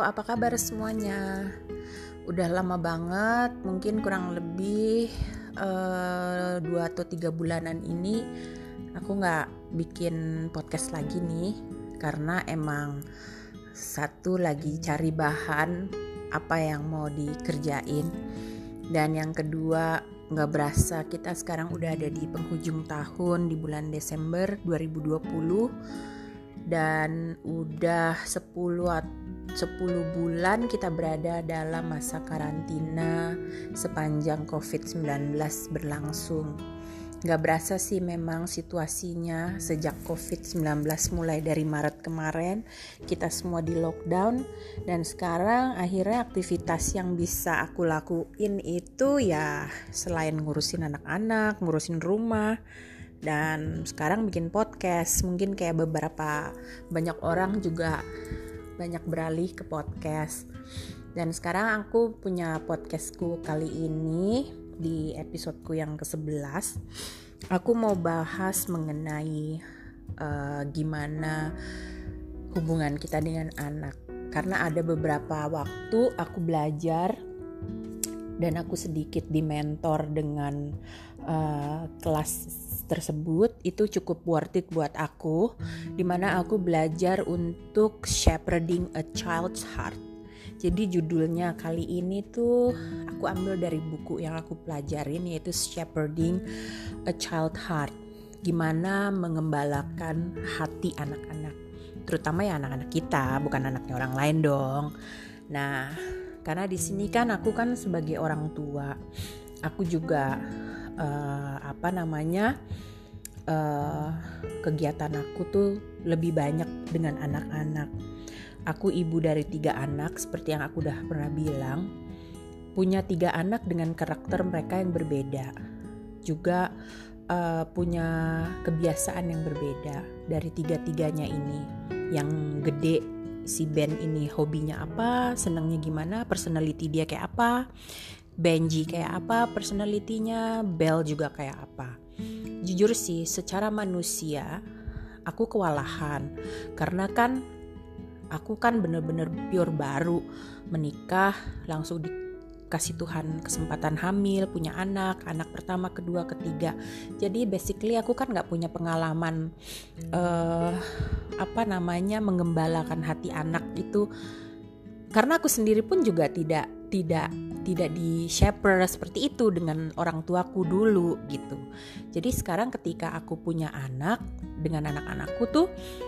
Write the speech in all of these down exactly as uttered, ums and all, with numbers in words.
apa kabar semuanya? Udah lama banget, mungkin kurang lebih uh, dua atau tiga bulanan ini aku gak bikin podcast lagi nih. Karena emang satu lagi cari bahan apa yang mau dikerjain. Dan yang kedua gak berasa kita sekarang udah ada di penghujung tahun di bulan Desember dua ribu dua puluh. Dan udah sepuluh bulan kita berada dalam masa karantina sepanjang covid sembilan belas berlangsung. Gak berasa sih memang situasinya sejak covid sembilan belas mulai dari Maret kemarin kita semua di lockdown. Dan sekarang akhirnya aktivitas yang bisa aku lakuin itu ya selain ngurusin anak-anak, ngurusin rumah, dan sekarang bikin podcast. Mungkin kayak beberapa banyak orang juga banyak beralih ke podcast. Dan sekarang aku punya podcastku kali ini di episodeku yang kesebelas. Aku mau bahas mengenai uh, gimana hubungan kita dengan anak. Karena ada beberapa waktu aku belajar dan aku sedikit dimentor dengan uh, kelas tersebut. Itu cukup worth it buat aku, dimana aku belajar untuk shepherding a child's heart. Jadi judulnya kali ini tuh aku ambil dari buku yang aku pelajarin, yaitu Shepherding a Child's Heart. Gimana mengembalakan hati anak-anak, terutama ya anak-anak kita, bukan anaknya orang lain dong. Nah, karena di sini kan aku kan sebagai orang tua, aku juga uh, apa namanya uh, kegiatan aku tuh lebih banyak dengan anak-anak. Aku ibu dari tiga anak, seperti yang aku udah pernah bilang, punya tiga anak dengan karakter mereka yang berbeda, juga uh, punya kebiasaan yang berbeda dari tiga-tiganya ini. Yang gede, si Ben ini hobinya apa, senangnya gimana, personality dia kayak apa, Benji kayak apa personalitinya, Belle juga kayak apa. Jujur sih, secara manusia aku kewalahan, karena kan aku kan bener-bener pure baru menikah, langsung dikasih Tuhan kesempatan hamil, punya anak, anak pertama, kedua, ketiga. Jadi basically aku kan gak punya pengalaman uh, apa namanya mengembalakan hati anak itu. Karena aku sendiri pun juga tidak tidak tidak di shepherd seperti itu dengan orang tuaku dulu gitu. Jadi sekarang ketika aku punya anak dengan anak-anakku tuh,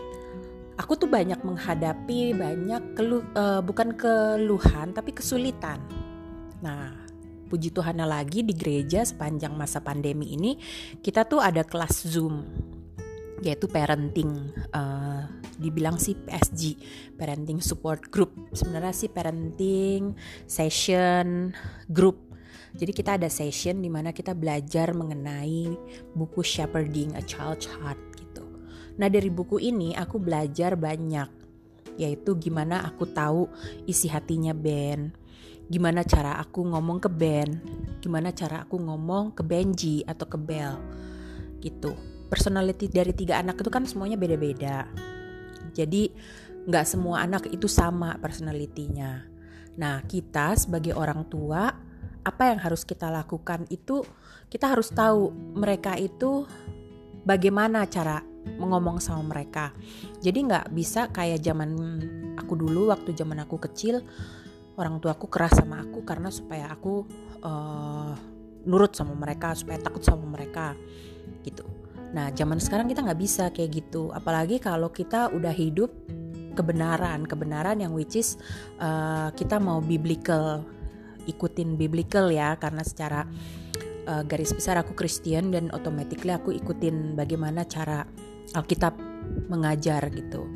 aku tuh banyak menghadapi banyak keluh, uh, bukan keluhan tapi kesulitan. Nah, puji Tuhannya lagi di gereja sepanjang masa pandemi ini kita tuh ada kelas Zoom, yaitu parenting, uh, dibilang sih P S G, parenting support group. Sebenarnya sih parenting session group. Jadi kita ada session di mana kita belajar mengenai buku Shepherding a Child's Heart gitu. Nah, dari buku ini aku belajar banyak, yaitu gimana aku tahu isi hatinya Ben, gimana cara aku ngomong ke Ben, gimana cara aku ngomong ke Benji atau ke Belle gitu. Personality dari tiga anak itu kan semuanya beda-beda. Jadi gak semua anak itu sama personalitinya. Nah, kita sebagai orang tua, apa yang harus kita lakukan itu, kita harus tahu mereka itu bagaimana cara mengomong sama mereka. Jadi gak bisa kayak zaman aku dulu, waktu zaman aku kecil, orang tuaku keras sama aku karena supaya aku uh, nurut sama mereka, supaya takut sama mereka gitu. Nah, zaman sekarang kita gak bisa kayak gitu. Apalagi kalau kita udah hidup kebenaran, kebenaran yang which is uh, kita mau biblical, ikutin biblical ya. Karena secara uh, garis besar aku Kristen dan automatically aku ikutin bagaimana cara Alkitab mengajar gitu.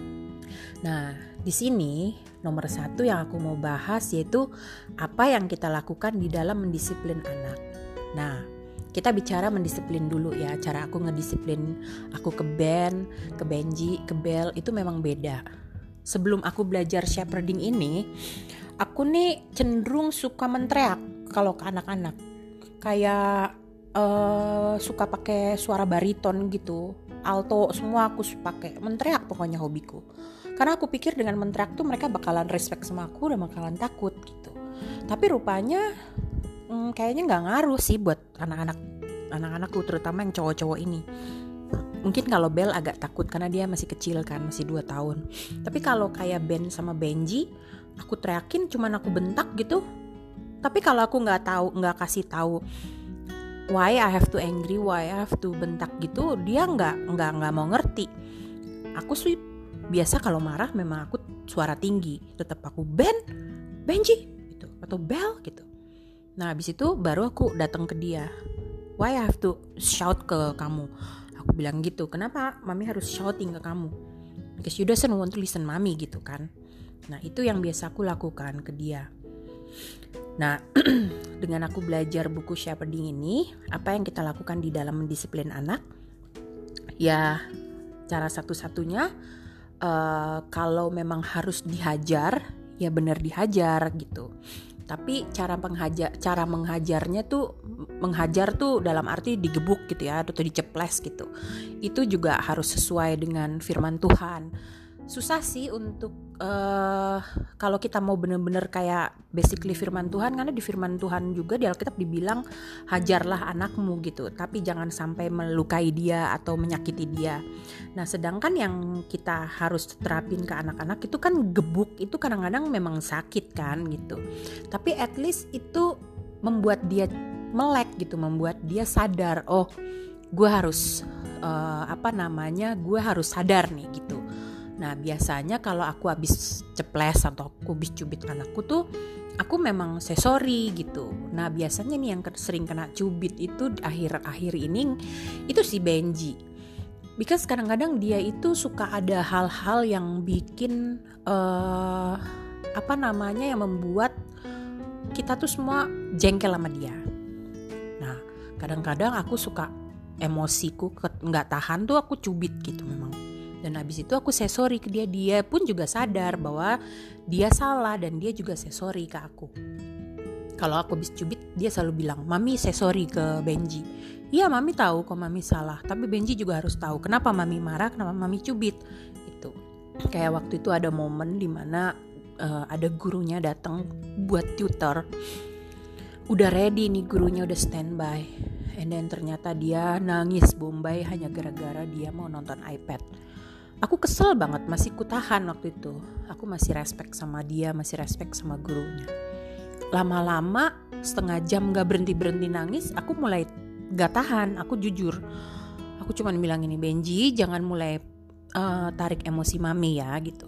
Nah, di sini nomor satu yang aku mau bahas yaitu apa yang kita lakukan di dalam mendisiplin anak. Nah, kita bicara mendisiplin dulu ya. Cara aku ngedisiplin aku ke Ben, ke Benji, ke Belle itu memang beda. Sebelum aku belajar shepherding ini, aku nih cenderung suka menteriak kalau ke anak-anak. Kayak uh, suka pakai suara bariton gitu, alto semua aku pakai, menteriak pokoknya hobiku. Karena aku pikir dengan menteriak tuh mereka bakalan respect sama aku dan bakalan takut gitu. Tapi rupanya hmm, kayaknya nggak ngaruh sih buat anak-anak anak-anakku, terutama yang cowok-cowok ini. Mungkin kalau Bel agak takut karena dia masih kecil kan, masih dua tahun. Tapi kalau kayak Ben sama Benji, aku teriakin cuman aku bentak gitu. Tapi kalau aku nggak tahu, nggak kasih tahu why I have to angry, why I have to bentak gitu, dia nggak nggak nggak mau ngerti. Aku sih biasa kalau marah memang aku suara tinggi, tetap aku Ben, Benji gitu atau Bel gitu. Nah habis itu baru aku datang ke dia. Why I have to shout ke kamu? Aku bilang gitu. Kenapa mami harus shouting ke kamu? Because you doesn't want to listen mami gitu kan. Nah itu yang biasa aku lakukan ke dia. Nah dengan aku belajar buku Shepherding ini, apa yang kita lakukan di dalam mendisiplin anak? Ya cara satu-satunya uh, kalau memang harus dihajar, ya benar dihajar gitu. Tapi cara menghajar, cara menghajarnya tuh menghajar tuh dalam arti digebuk gitu ya, atau diceples gitu. Itu juga harus sesuai dengan firman Tuhan. Susah sih untuk uh, kalau kita mau benar-benar kayak basically firman Tuhan, karena di firman Tuhan juga di Alkitab dibilang hajarlah anakmu gitu, tapi jangan sampai melukai dia atau menyakiti dia. Nah sedangkan yang kita harus terapin ke anak-anak itu kan gebuk, itu kadang-kadang memang sakit kan gitu, tapi at least itu membuat dia melek gitu, membuat dia sadar, oh gue harus uh, apa namanya gue harus sadar nih gitu. Nah biasanya kalau aku habis ceples atau aku habis cubit anakku tuh, aku memang say sorry gitu. Nah biasanya nih yang sering kena cubit itu akhir-akhir ini itu si Benji. Because kadang-kadang dia itu suka ada hal-hal yang bikin uh, apa namanya yang membuat kita tuh semua jengkel sama dia. Nah kadang-kadang aku suka emosiku nggak tahan tuh aku cubit gitu memang. Dan habis itu aku say sorry ke dia, dia pun juga sadar bahwa dia salah dan dia juga say sorry ke aku. Kalau aku habis cubit dia selalu bilang, mami say sorry ke Benji. Iya mami tahu kok mami salah, tapi Benji juga harus tahu kenapa mami marah, kenapa mami cubit. Itu kayak waktu itu ada momen dimana uh, ada gurunya datang buat tutor. Udah ready nih gurunya, udah standby. And then ternyata dia nangis bombay hanya gara-gara dia mau nonton iPad. Aku kesel banget, masih kutahan waktu itu. Aku masih respect sama dia, masih respect sama gurunya. Lama-lama setengah jam gak berhenti-berhenti nangis, aku mulai gak tahan, aku jujur. Aku cuma bilang ini, Benji jangan mulai uh, tarik emosi mami ya gitu.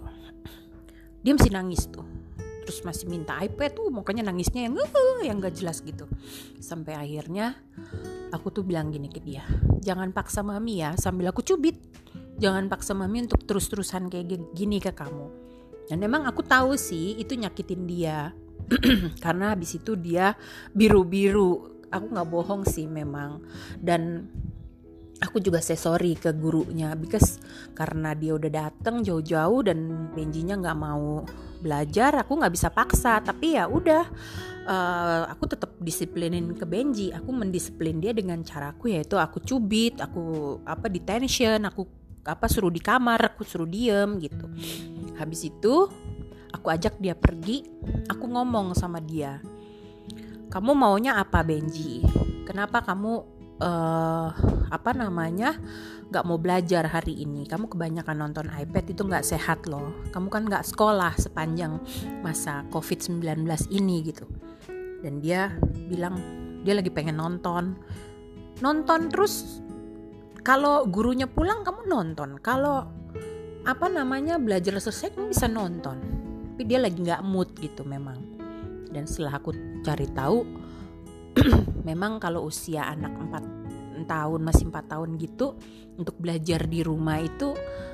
Dia masih nangis tuh. Terus masih minta iPad tuh, makanya nangisnya yang uh, yang gak jelas gitu. Sampai akhirnya aku tuh bilang gini ke dia, jangan paksa mami ya, sambil aku cubit. Jangan paksa mami untuk terus-terusan kayak gini ke kamu. Dan memang aku tahu sih itu nyakitin dia. Karena habis itu dia biru-biru. Aku gak bohong sih memang. Dan aku juga say sorry ke gurunya. Because karena dia udah dateng jauh-jauh dan Benjinya gak mau belajar, aku gak bisa paksa. Tapi ya udah, uh, aku tetap disiplinin ke Benji. Aku mendisiplin dia dengan caraku, yaitu aku cubit, aku apa detention, aku apa suruh di kamar, aku suruh diem gitu. Habis itu aku ajak dia pergi, aku ngomong sama dia, kamu maunya apa Benji? Kenapa kamu uh, apa namanya gak mau belajar hari ini? Kamu kebanyakan nonton iPad, itu gak sehat loh. Kamu kan gak sekolah sepanjang masa covid sembilan belas ini gitu. Dan dia bilang dia lagi pengen nonton Nonton terus. Kalau gurunya pulang kamu nonton, kalau apa namanya belajar selesai kamu bisa nonton. Tapi dia lagi nggak mood gitu memang. Dan setelah aku cari tahu, memang kalau usia anak empat tahun masih empat tahun gitu, untuk belajar di rumah itu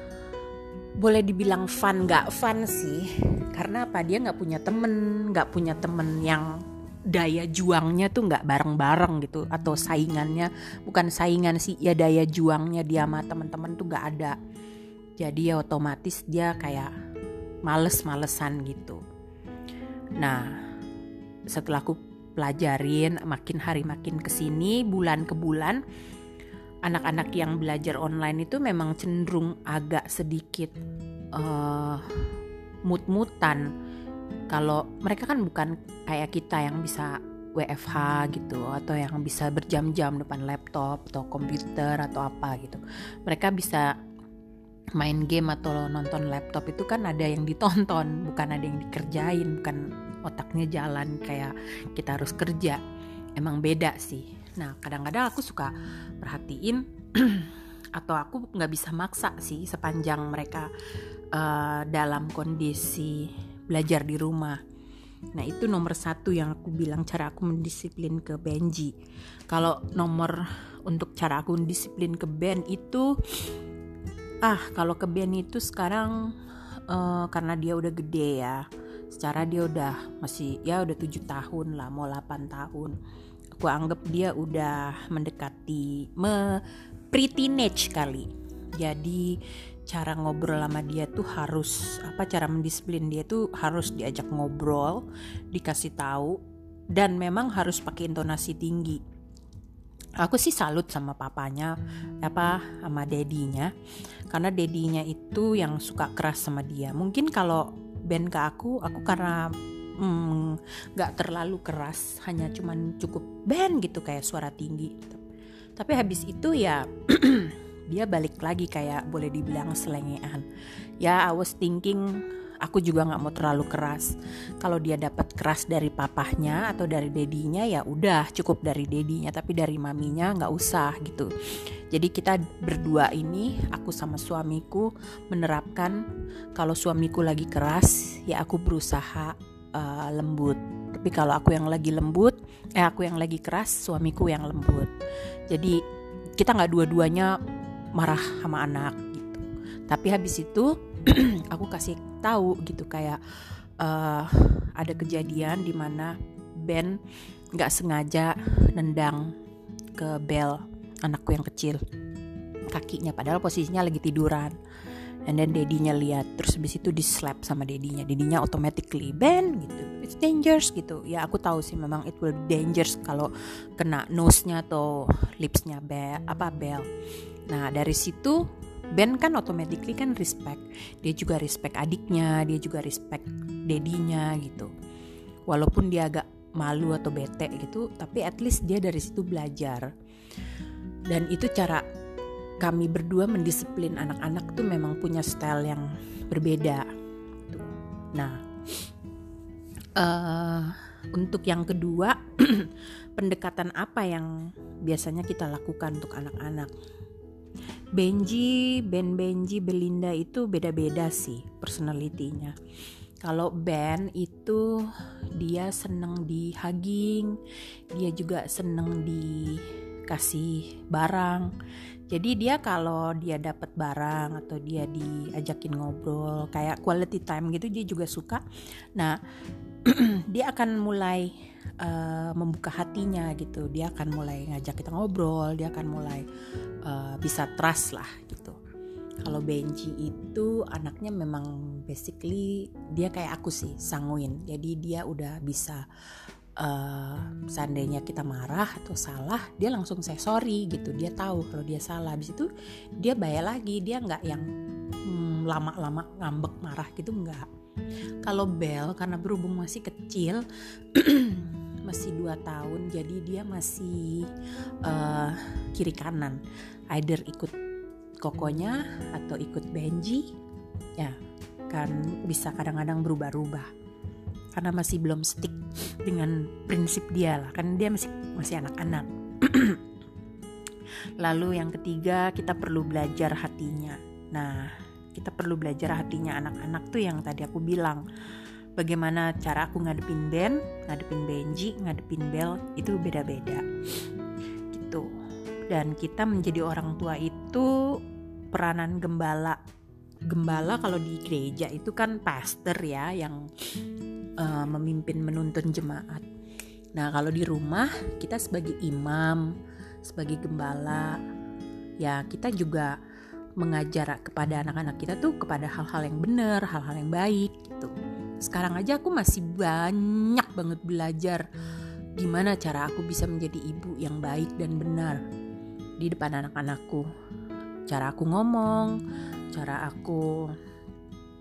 boleh dibilang fun nggak fun sih. Karena apa, dia nggak punya temen, nggak punya temen yang daya juangnya tuh nggak bareng-bareng gitu, atau saingannya, bukan saingan sih ya, daya juangnya dia sama teman-teman tuh nggak ada. Jadi ya otomatis dia kayak males-malesan gitu. Nah setelah aku pelajarin makin hari makin kesini, bulan ke bulan, anak-anak yang belajar online itu memang cenderung agak sedikit uh, mut-mutan. Kalau mereka kan bukan kayak kita yang bisa W F H gitu, atau yang bisa berjam-jam depan laptop atau komputer atau apa gitu. Mereka bisa main game atau nonton laptop, itu kan ada yang ditonton, bukan ada yang dikerjain, bukan otaknya jalan kayak kita harus kerja. Emang beda sih. Nah, kadang-kadang aku suka perhatiin atau aku nggak bisa maksa sih sepanjang mereka uh, dalam kondisi belajar di rumah. Nah, itu nomor satu yang aku bilang cara aku mendisiplin ke Benji. Kalau nomor untuk cara aku mendisiplin ke Ben itu, ah kalau ke Ben itu sekarang uh, karena dia udah gede ya, secara dia udah masih ya udah tujuh tahun lah, mau delapan tahun. Aku anggap dia udah mendekati me pre-teenage kali. Jadi cara ngobrol sama dia tuh harus apa cara mendisiplin dia tuh harus diajak ngobrol, dikasih tahu, dan memang harus pakai intonasi tinggi. Aku sih salut sama papanya apa sama dedinya, karena dedinya itu yang suka keras sama dia. Mungkin kalau Ben ke aku, aku karena nggak hmm, terlalu keras, hanya cuman cukup Ben gitu kayak suara tinggi gitu. Tapi habis itu ya dia balik lagi kayak boleh dibilang selengean. Ya, I was thinking aku juga nggak mau terlalu keras. Kalau dia dapat keras dari papahnya atau dari dedinya ya udah cukup dari dedinya, tapi dari maminya nggak usah gitu. Jadi kita berdua ini, aku sama suamiku menerapkan kalau suamiku lagi keras ya aku berusaha uh, lembut. Tapi kalau aku yang lagi lembut, eh aku yang lagi keras, suamiku yang lembut. Jadi kita nggak dua-duanya marah sama anak gitu. Tapi habis itu aku kasih tahu gitu kayak uh, ada kejadian di mana Ben nggak sengaja nendang ke Bel, anakku yang kecil, kakinya padahal posisinya lagi tiduran. And then dedinya lihat, terus habis itu di slap sama dedinya. Dedinya automatically Ben gitu, it's dangerous gitu. Ya aku tahu sih memang it will be dangerous kalau kena nose-nya atau lips-nya Bel, apa Bel. Nah dari situ Ben kan automatically kan respect. Dia juga respect adiknya, dia juga respect dedinya gitu. Walaupun dia agak malu atau bete gitu, tapi at least dia dari situ belajar. Dan itu cara kami berdua mendisiplin anak-anak tuh memang punya style yang berbeda. Nah, uh, untuk yang kedua, pendekatan apa yang biasanya kita lakukan untuk anak-anak? Benji, Ben Benji, Belinda itu beda-beda sih personality-nya. Kalau Ben itu dia seneng di hugging, dia juga seneng dikasih barang. Jadi dia kalau dia dapat barang atau dia diajakin ngobrol kayak quality time gitu dia juga suka. Nah dia akan mulai uh, membuka hatinya gitu. Dia akan mulai ngajak kita ngobrol, dia akan mulai uh, bisa trust lah gitu. Kalau Benji itu anaknya memang basically dia kayak aku sih, sanguin. Jadi dia udah bisa Uh, seandainya kita marah atau salah, dia langsung say sorry gitu. Dia tahu kalau dia salah. Habis itu dia bayar lagi. Dia nggak yang hmm, lama-lama ngambek marah gitu, nggak. Kalau Bel karena berhubung masih kecil masih dua tahun, jadi dia masih uh, kiri kanan, either ikut kokonya atau ikut Benji, ya kan bisa kadang-kadang berubah-ubah karena masih belum stick dengan prinsip dia lah, kan dia masih masih anak-anak. Lalu yang ketiga, kita perlu belajar hatinya. Nah, kita perlu belajar hatinya anak-anak tuh yang tadi aku bilang. Bagaimana cara aku ngadepin Ben, ngadepin Benji, ngadepin Bel itu beda-beda. Gitu. Dan kita menjadi orang tua itu peranan gembala. Gembala kalau di gereja itu kan pastor ya yang Uh, memimpin menuntun jemaat. Nah kalau di rumah kita sebagai imam, sebagai gembala, ya kita juga mengajar kepada anak-anak kita tuh kepada hal-hal yang benar, hal-hal yang baik gitu. Sekarang aja aku masih banyak banget belajar gimana cara aku bisa menjadi ibu yang baik dan benar di depan anak-anakku. Cara aku ngomong, cara aku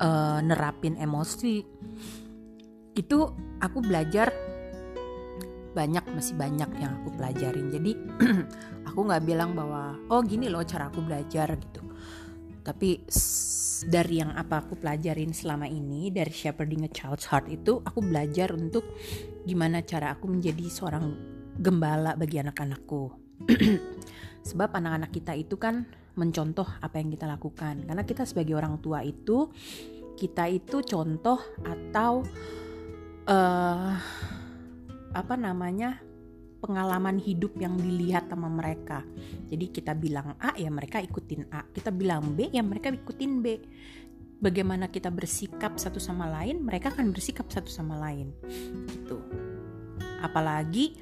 uh, nerapin emosi. Itu aku belajar banyak, masih banyak yang aku pelajarin. Jadi aku gak bilang bahwa oh gini loh cara aku belajar gitu. Tapi dari yang apa aku pelajarin selama ini, dari Shepherding a Child's Heart itu, aku belajar untuk gimana cara aku menjadi seorang gembala bagi anak-anakku. Sebab anak-anak kita itu kan mencontoh apa yang kita lakukan. Karena kita sebagai orang tua itu, kita itu contoh atau uh, apa namanya pengalaman hidup yang dilihat sama mereka. Jadi kita bilang A ya mereka ikutin A, kita bilang B ya mereka ikutin B. Bagaimana kita bersikap satu sama lain, mereka akan bersikap satu sama lain gitu. Apalagi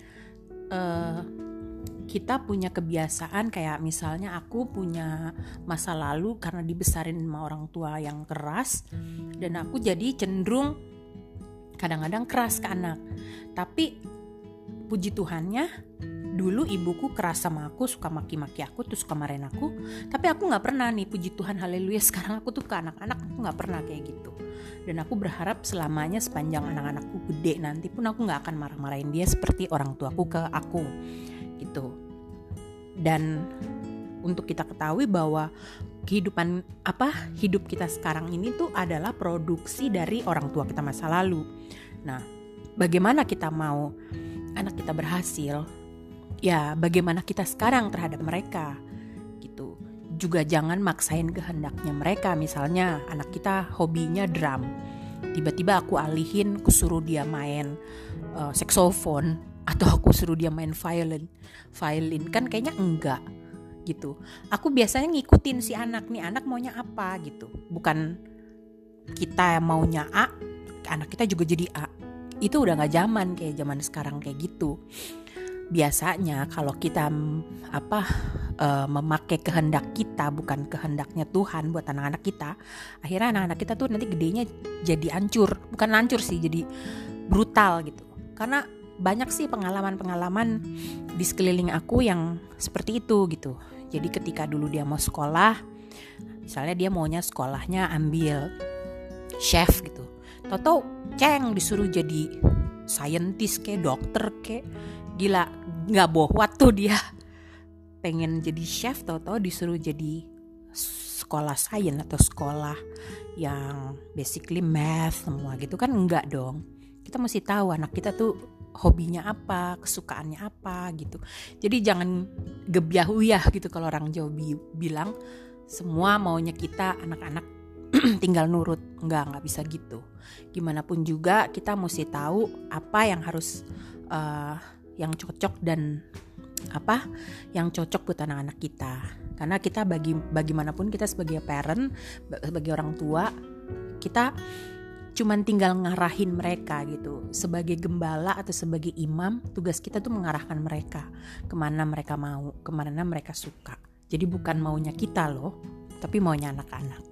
uh, kita punya kebiasaan, kayak misalnya aku punya masa lalu karena dibesarin sama orang tua yang keras, dan aku jadi cenderung kadang-kadang keras ke anak. Tapi puji Tuhannya dulu ibuku keras sama aku, suka maki-maki aku, terus suka marahin aku. Tapi aku gak pernah nih, puji Tuhan haleluya, sekarang aku tuh ke anak-anak aku gak pernah kayak gitu. Dan aku berharap selamanya sepanjang anak-anakku gede nanti pun aku gak akan marah-marahin dia seperti orang tuaku ke aku gitu. Dan untuk kita ketahui bahwa kehidupan apa hidup kita sekarang ini tuh adalah produksi dari orang tua kita masa lalu. Nah, bagaimana kita mau anak kita berhasil? Ya, bagaimana kita sekarang terhadap mereka gitu. Juga jangan maksain kehendaknya mereka. Misalnya anak kita hobinya drum, tiba-tiba aku alihin, aku suruh dia main uh, saxophone, atau aku suruh dia main violin. Violin kan kayaknya enggak gitu. Aku biasanya ngikutin si anak nih, anak maunya apa gitu. Bukan kita yang maunya A, anak kita juga jadi A. Itu udah gak zaman kayak zaman sekarang kayak gitu. Biasanya kalau kita apa uh, memakai kehendak kita, bukan kehendaknya Tuhan buat anak-anak kita, akhirnya anak-anak kita tuh nanti gedenya jadi hancur. Bukan hancur sih, jadi brutal gitu. Karena banyak sih pengalaman-pengalaman di sekeliling aku yang seperti itu gitu. Jadi ketika dulu dia mau sekolah, misalnya dia maunya sekolahnya ambil chef gitu, tau-tau ceng disuruh jadi scientist kayak dokter kayak, gila nggak bohwat tuh dia pengen jadi chef, tau-tau disuruh jadi sekolah sains atau sekolah yang basically math semua gitu kan, enggak dong. Kita mesti tahu anak kita tuh hobinya apa, kesukaannya apa gitu. Jadi jangan gebyah-uyah gitu kalau orang Jawa bilang semua maunya kita anak-anak tinggal nurut. Enggak, enggak bisa gitu. Gimana pun juga kita mesti tahu apa yang harus uh, yang cocok dan apa yang cocok buat anak-anak kita. Karena kita bagi bagaimanapun kita sebagai parent, sebagai orang tua, kita cuman tinggal ngarahin mereka gitu. Sebagai gembala atau sebagai imam, tugas kita tuh mengarahkan mereka kemana mereka mau, kemana mereka suka. Jadi bukan maunya kita loh, tapi maunya anak-anak.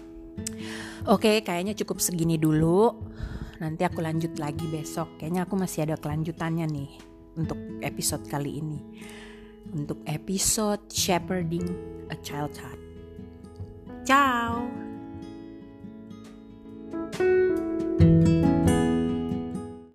Oke, kayaknya cukup segini dulu. Nanti aku lanjut lagi besok. Kayaknya aku masih ada kelanjutannya nih untuk episode kali ini. Untuk episode Shepherding a Child's Heart. Ciao.